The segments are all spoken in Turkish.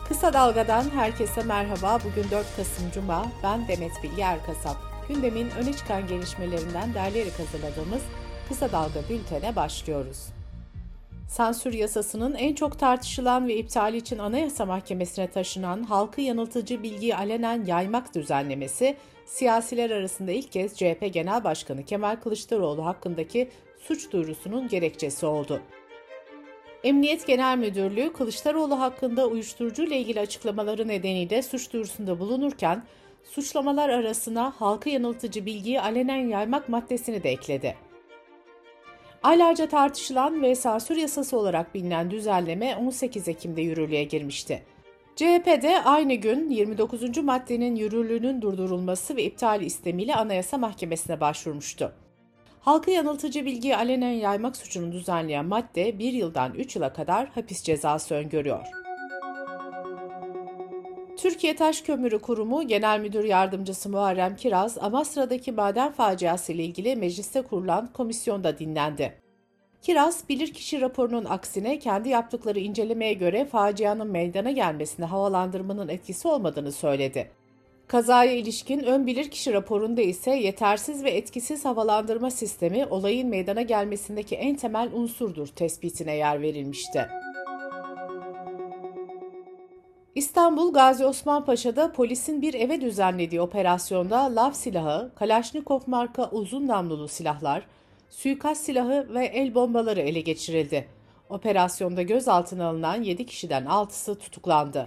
Kısa Dalga'dan herkese merhaba. Bugün 4 Kasım Cuma. Ben Demet Bilge Erkasap. Gündemin öne çıkan gelişmelerinden derleyerek hazırladığımız Kısa Dalga bültene başlıyoruz. Sansür yasasının en çok tartışılan ve iptali için Anayasa Mahkemesi'ne taşınan halkı yanıltıcı bilgiyi alenen yaymak düzenlemesi, siyasiler arasında ilk kez CHP Genel Başkanı Kemal Kılıçdaroğlu hakkındaki suç duyurusunun gerekçesi oldu. Emniyet Genel Müdürlüğü, Kılıçdaroğlu hakkında uyuşturucu ile ilgili açıklamaları nedeniyle suç duyurusunda bulunurken, suçlamalar arasına halkı yanıltıcı bilgiyi alenen yaymak maddesini de ekledi. Aylarca tartışılan ve sansür yasası olarak bilinen düzenleme 18 Ekim'de yürürlüğe girmişti. CHP de aynı gün 29. maddenin yürürlüğünün durdurulması ve iptali istemiyle Anayasa Mahkemesi'ne başvurmuştu. Halkı yanıltıcı bilgiyi alenen yaymak suçunu düzenleyen madde 1 yıldan 3 yıla kadar hapis cezası öngörüyor. Türkiye Taş Kömürü Kurumu Genel Müdür Yardımcısı Muharrem Kiraz, Amasra'daki maden faciası ile ilgili mecliste kurulan komisyonda dinlendi. Kiraz, bilirkişi raporunun aksine kendi yaptıkları incelemeye göre facianın meydana gelmesine havalandırmanın etkisi olmadığını söyledi. Kazaya ilişkin ön bilirkişi raporunda ise yetersiz ve etkisiz havalandırma sistemi olayın meydana gelmesindeki en temel unsurdur tespitine yer verilmişti. İstanbul Gazi Osman Paşa'da polisin bir eve düzenlediği operasyonda lav silahı, Kalaşnikov marka uzun namlulu silahlar, suikast silahı ve el bombaları ele geçirildi. Operasyonda gözaltına alınan 7 kişiden 6'sı tutuklandı.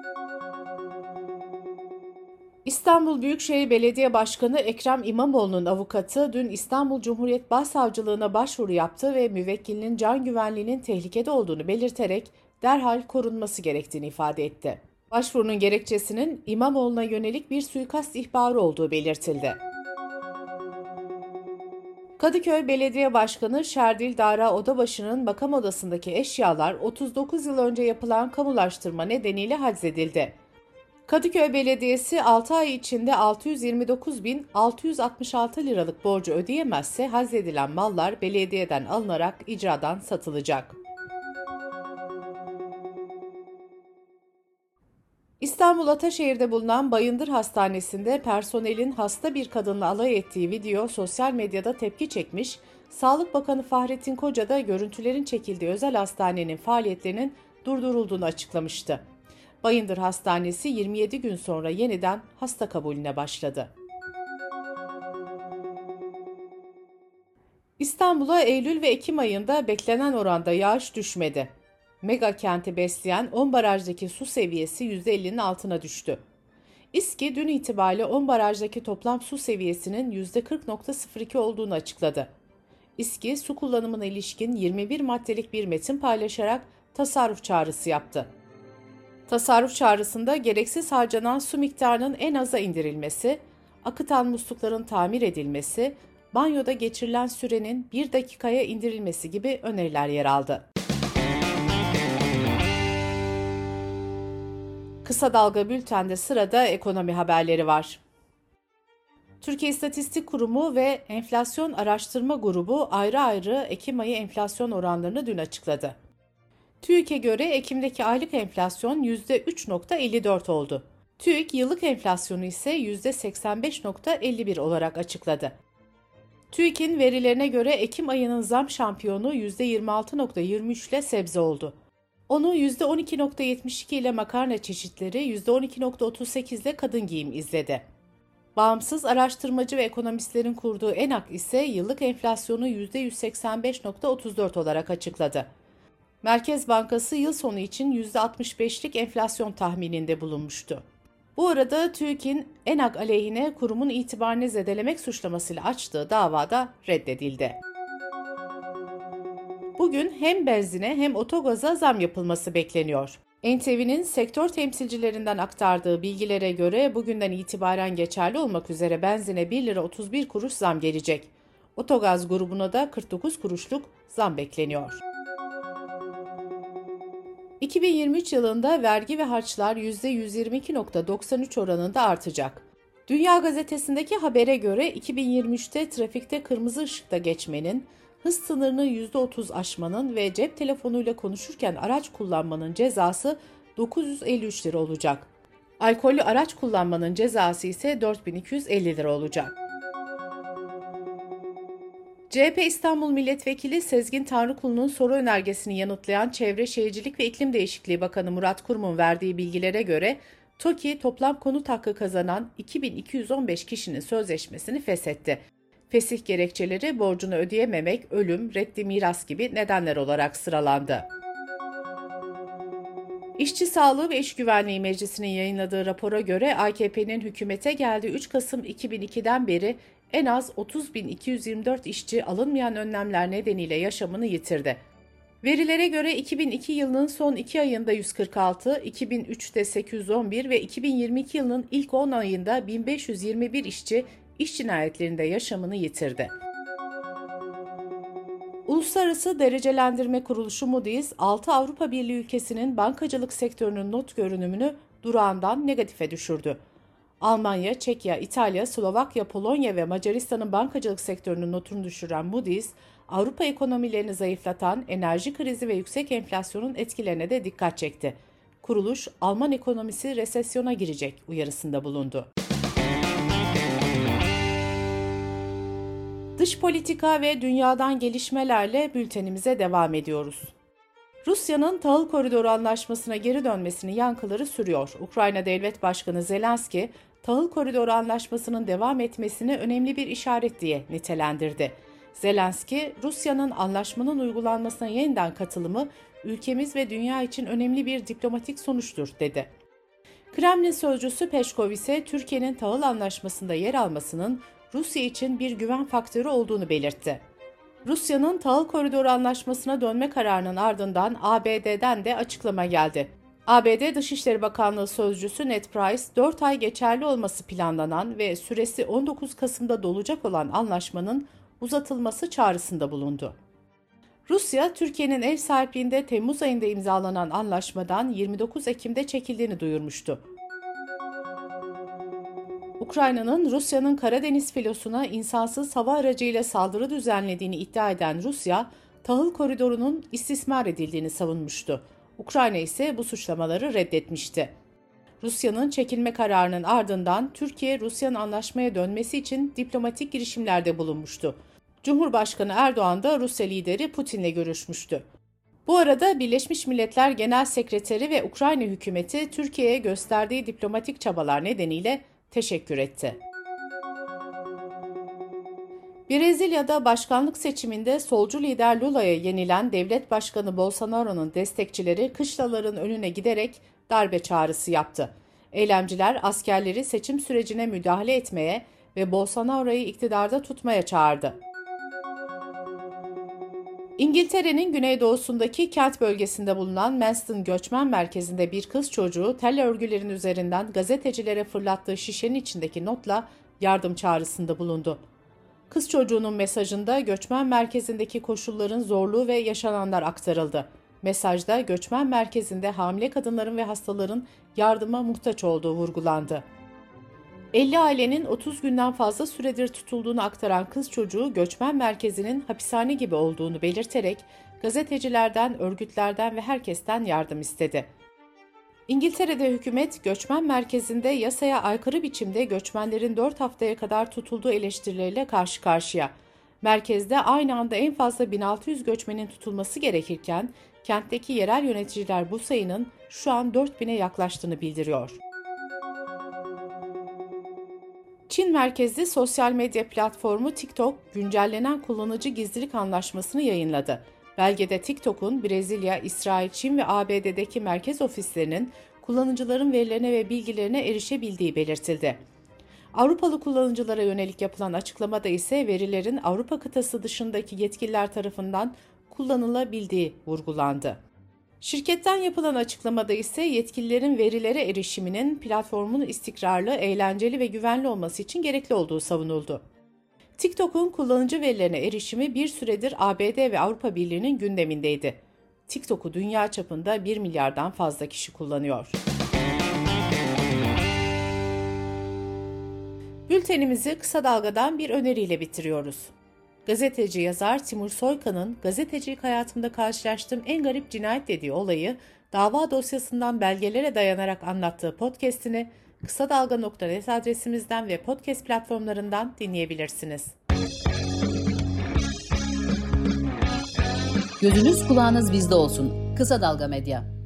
İstanbul Büyükşehir Belediye Başkanı Ekrem İmamoğlu'nun avukatı dün İstanbul Cumhuriyet Başsavcılığına başvuru yaptı ve müvekkilinin can güvenliğinin tehlikede olduğunu belirterek derhal korunması gerektiğini ifade etti. Başvurunun gerekçesinin İmamoğlu'na yönelik bir suikast ihbarı olduğu belirtildi. Kadıköy Belediye Başkanı Şerdil Dara Odabaşı'nın makam odasındaki eşyalar 39 yıl önce yapılan kamulaştırma nedeniyle haczedildi. Kadıköy Belediyesi 6 ay içinde 629.666 liralık borcu ödeyemezse haczedilen mallar belediyeden alınarak icradan satılacak. İstanbul Ataşehir'de bulunan Bayındır Hastanesi'nde personelin hasta bir kadınla alay ettiği video sosyal medyada tepki çekmiş, Sağlık Bakanı Fahrettin Koca da görüntülerin çekildiği özel hastanenin faaliyetlerinin durdurulduğunu açıklamıştı. Bayındır Hastanesi 27 gün sonra yeniden hasta kabulüne başladı. İstanbul'a Eylül ve Ekim ayında beklenen oranda yağış düşmedi. Mega kenti besleyen 10 barajdaki su seviyesi %50'nin altına düştü. İSKİ dün itibariyle 10 barajdaki toplam su seviyesinin %40.02 olduğunu açıkladı. İSKİ su kullanımına ilişkin 21 maddelik bir metin paylaşarak tasarruf çağrısı yaptı. Tasarruf çağrısında gereksiz harcanan su miktarının en aza indirilmesi, akıtan muslukların tamir edilmesi, banyoda geçirilen sürenin 1 dakikaya indirilmesi gibi öneriler yer aldı. Kısa Dalga Bülten'de sırada ekonomi haberleri var. Türkiye İstatistik Kurumu ve Enflasyon Araştırma Grubu ayrı ayrı Ekim ayı enflasyon oranlarını dün açıkladı. TÜİK'e göre Ekim'deki aylık enflasyon %3.54 oldu. TÜİK yıllık enflasyonu ise %85.51 olarak açıkladı. TÜİK'in verilerine göre Ekim ayının zam şampiyonu %26.23 ile sebze oldu. Onu %12.72 ile makarna çeşitleri, %12.38 ile kadın giyim izledi. Bağımsız araştırmacı ve ekonomistlerin kurduğu ENAK ise yıllık enflasyonu %185.34 olarak açıkladı. Merkez Bankası yıl sonu için %65'lik enflasyon tahmininde bulunmuştu. Bu arada TÜİK'in ENAK aleyhine kurumun itibarını zedelemek suçlamasıyla açtığı davada reddedildi. Bugün hem benzine hem otogaza zam yapılması bekleniyor. NTV'nin sektör temsilcilerinden aktardığı bilgilere göre bugünden itibaren geçerli olmak üzere benzine 1 lira 31 kuruş zam gelecek. Otogaz grubuna da 49 kuruşluk zam bekleniyor. 2023 yılında vergi ve harçlar %122.93 oranında artacak. Dünya Gazetesi'ndeki habere göre 2023'te trafikte kırmızı ışıkta geçmenin, hız sınırını %30 aşmanın ve cep telefonuyla konuşurken araç kullanmanın cezası 953 lira olacak. Alkollü araç kullanmanın cezası ise 4.250 lira olacak. CHP İstanbul Milletvekili Sezgin Tanrıkulu'nun soru önergesini yanıtlayan Çevre Şehircilik ve İklim Değişikliği Bakanı Murat Kurum'un verdiği bilgilere göre TOKİ toplam konut hakkı kazanan 2215 kişinin sözleşmesini feshetti. Fesih gerekçeleri borcunu ödeyememek, ölüm, reddi miras gibi nedenler olarak sıralandı. İşçi Sağlığı ve İş Güvenliği Meclisi'nin yayınladığı rapora göre AKP'nin hükümete geldiği 3 Kasım 2002'den beri en az 30.224 işçi alınmayan önlemler nedeniyle yaşamını yitirdi. Verilere göre 2002 yılının son 2 ayında 146, 2003'te 811 ve 2022 yılının ilk 10 ayında 1521 işçi iş cinayetlerinde yaşamını yitirdi. Uluslararası Derecelendirme Kuruluşu Moody's, 6 Avrupa Birliği ülkesinin bankacılık sektörünün not görünümünü durağından negatife düşürdü. Almanya, Çekya, İtalya, Slovakya, Polonya ve Macaristan'ın bankacılık sektörünün notunu düşüren Moody's, Avrupa ekonomilerini zayıflatan enerji krizi ve yüksek enflasyonun etkilerine de dikkat çekti. Kuruluş, Alman ekonomisi resesyona girecek uyarısında bulundu. Dış politika ve dünyadan gelişmelerle bültenimize devam ediyoruz. Rusya'nın Tahıl Koridoru Anlaşması'na geri dönmesinin yankıları sürüyor. Ukrayna Devlet Başkanı Zelenski, Tahıl Koridoru Anlaşması'nın devam etmesini önemli bir işaret diye nitelendirdi. Zelenski, Rusya'nın anlaşmanın uygulanmasına yeniden katılımı ülkemiz ve dünya için önemli bir diplomatik sonuçtur dedi. Kremlin sözcüsü Peşkov ise Türkiye'nin tahıl anlaşmasında yer almasının Rusya için bir güven faktörü olduğunu belirtti. Rusya'nın Tahıl Koridoru Anlaşması'na dönme kararının ardından ABD'den de açıklama geldi. ABD Dışişleri Bakanlığı sözcüsü Ned Price, 4 ay geçerli olması planlanan ve süresi 19 Kasım'da dolacak olan anlaşmanın uzatılması çağrısında bulundu. Rusya, Türkiye'nin ev sahipliğinde Temmuz ayında imzalanan anlaşmadan 29 Ekim'de çekildiğini duyurmuştu. Ukrayna'nın Rusya'nın Karadeniz filosuna insansız hava aracıyla saldırı düzenlediğini iddia eden Rusya, tahıl koridorunun istismar edildiğini savunmuştu. Ukrayna ise bu suçlamaları reddetmişti. Rusya'nın çekilme kararının ardından Türkiye, Rusya'nın anlaşmaya dönmesi için diplomatik girişimlerde bulunmuştu. Cumhurbaşkanı Erdoğan da Rusya lideri Putin'le görüşmüştü. Bu arada Birleşmiş Milletler Genel Sekreteri ve Ukrayna hükümeti Türkiye'ye gösterdiği diplomatik çabalar nedeniyle teşekkür etti. Brezilya'da başkanlık seçiminde solcu lider Lula'ya yenilen devlet başkanı Bolsonaro'nun destekçileri kışlaların önüne giderek darbe çağrısı yaptı. Eylemciler askerleri seçim sürecine müdahale etmeye ve Bolsonaro'yu iktidarda tutmaya çağırdı. İngiltere'nin güneydoğusundaki Kent bölgesinde bulunan Manston göçmen merkezinde bir kız çocuğu tel örgülerin üzerinden gazetecilere fırlattığı şişenin içindeki notla yardım çağrısında bulundu. Kız çocuğunun mesajında göçmen merkezindeki koşulların zorluğu ve yaşananlar aktarıldı. Mesajda göçmen merkezinde hamile kadınların ve hastaların yardıma muhtaç olduğu vurgulandı. 50 ailenin 30 günden fazla süredir tutulduğunu aktaran kız çocuğu göçmen merkezinin hapishane gibi olduğunu belirterek gazetecilerden, örgütlerden ve herkesten yardım istedi. İngiltere'de hükümet göçmen merkezinde yasaya aykırı biçimde göçmenlerin 4 haftaya kadar tutulduğu eleştirileriyle karşı karşıya. Merkezde aynı anda en fazla 1600 göçmenin tutulması gerekirken kentteki yerel yöneticiler bu sayının şu an 4000'e yaklaştığını bildiriyor. Çin merkezli sosyal medya platformu TikTok, güncellenen kullanıcı gizlilik anlaşmasını yayınladı. Belgede TikTok'un Brezilya, İsrail, Çin ve ABD'deki merkez ofislerinin kullanıcıların verilerine ve bilgilerine erişebildiği belirtildi. Avrupalı kullanıcılara yönelik yapılan açıklamada ise verilerin Avrupa kıtası dışındaki yetkililer tarafından kullanılabildiği vurgulandı. Şirketten yapılan açıklamada ise yetkililerin verilere erişiminin platformun istikrarlı, eğlenceli ve güvenli olması için gerekli olduğu savunuldu. TikTok'un kullanıcı verilerine erişimi bir süredir ABD ve Avrupa Birliği'nin gündemindeydi. TikTok'u dünya çapında 1 milyardan fazla kişi kullanıyor. Bültenimizi kısa dalgadan bir öneriyle bitiriyoruz. Gazeteci yazar Timur Soykan'ın gazetecilik hayatımda karşılaştığım en garip cinayet dediği olayı dava dosyasından belgelere dayanarak anlattığı podcast'ini kısadalga.net adresimizden ve podcast platformlarından dinleyebilirsiniz. Gözünüz kulağınız bizde olsun. Kısa Dalga Medya.